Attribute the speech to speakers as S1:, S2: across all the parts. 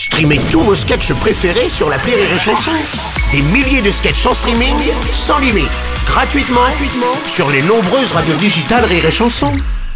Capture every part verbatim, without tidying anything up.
S1: Streamez tous vos sketchs préférés sur l'appli Rire et Chanson. Des milliers de sketchs en streaming, sans limite, gratuitement, gratuitement sur les nombreuses radios digitales Rire et Chanson.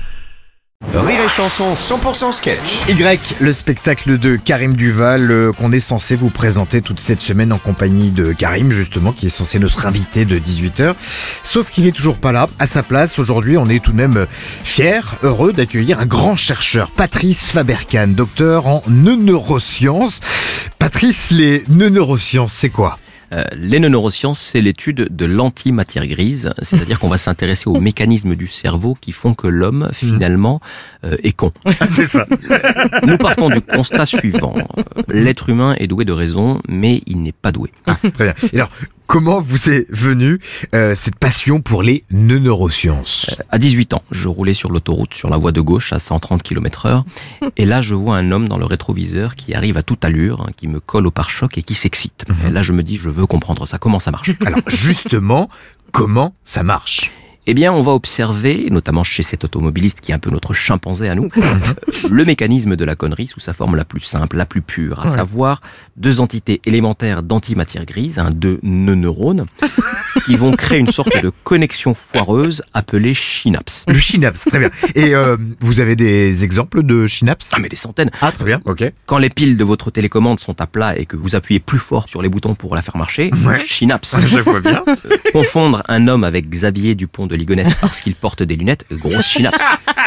S1: Rire et Chanson cent pour cent sketch.
S2: Y, le spectacle de Karim Duval euh, qu'on est censé vous présenter toute cette semaine en compagnie de Karim, justement, qui est censé notre invité de dix-huit heures. Sauf qu'il n'est toujours pas là. À sa place, aujourd'hui, on est tout de même fiers, heureux d'accueillir un grand chercheur, Patrice Faber-Khan, docteur en neurosciences. Patrice, les neurosciences, c'est quoi ?
S3: Euh, les neurosciences, c'est l'étude de l'antimatière grise, c'est-à-dire qu'on va s'intéresser aux mécanismes du cerveau qui font que l'homme, finalement, euh, est con.
S2: C'est ça.
S3: Nous partons du constat suivant. L'être humain est doué de raison, mais il n'est pas doué.
S2: Ah, très bien. Et alors, comment vous est venue euh, cette passion pour les neurosciences ?
S3: Euh, à dix-huit ans, je roulais sur l'autoroute sur la voie de gauche à cent trente kilomètres heure, et là je vois un homme dans le rétroviseur qui arrive à toute allure, hein, qui me colle au pare-choc et qui s'excite. Et là je me dis, je veux comprendre ça, comment ça marche.
S2: Alors justement, comment ça marche ?
S3: Eh bien, on va observer, notamment chez cet automobiliste qui est un peu notre chimpanzé à nous, le mécanisme de la connerie sous sa forme la plus simple, la plus pure, à
S2: Ouais.
S3: savoir deux entités élémentaires d'antimatière grise, hein, deux neurones, qui vont créer une sorte de connexion foireuse appelée synapse.
S2: Le synapse, très bien. Et euh, vous avez des exemples de synapse ?
S3: Ah mais des centaines.
S2: Ah, très bien, ok.
S3: Quand les piles de votre télécommande sont à plat et que vous appuyez plus fort sur les boutons pour la faire marcher,
S2: Ouais.
S3: synapse.
S2: Je vois bien.
S3: Confondre un homme avec Xavier Dupont de Ligonnès parce qu'il porte des lunettes, grosse synapse.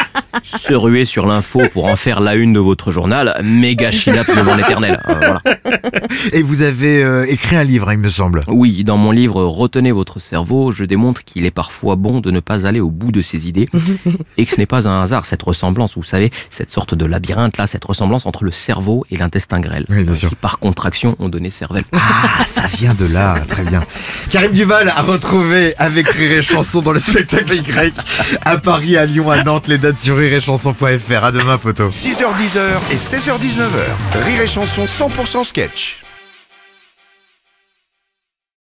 S3: Se ruer sur l'info pour en faire la une de votre journal, méga synapse devant l'éternel. Euh, voilà.
S2: Et vous avez euh, écrit un livre, il me semble.
S3: Oui, dans mon livre Retenez votre cerveau, je démontre qu'il est parfois bon de ne pas aller au bout de ses idées et que ce n'est pas un hasard, cette ressemblance, vous savez, cette sorte de labyrinthe là, cette ressemblance entre le cerveau et l'intestin grêle,
S2: Oui, bien
S3: euh,
S2: sûr.
S3: qui par contraction ont donné cervelle.
S2: Ah, ça vient de là, très bien. Karim Duval a retrouvé avec Rire et Chanson dans le spectacle Y, à Paris, à Lyon, à Nantes, les dates sur rire et chanson point f r. À demain, poteau.
S1: six heures dix et seize heures dix-neuf. Rire et Chanson cent pour cent sketch.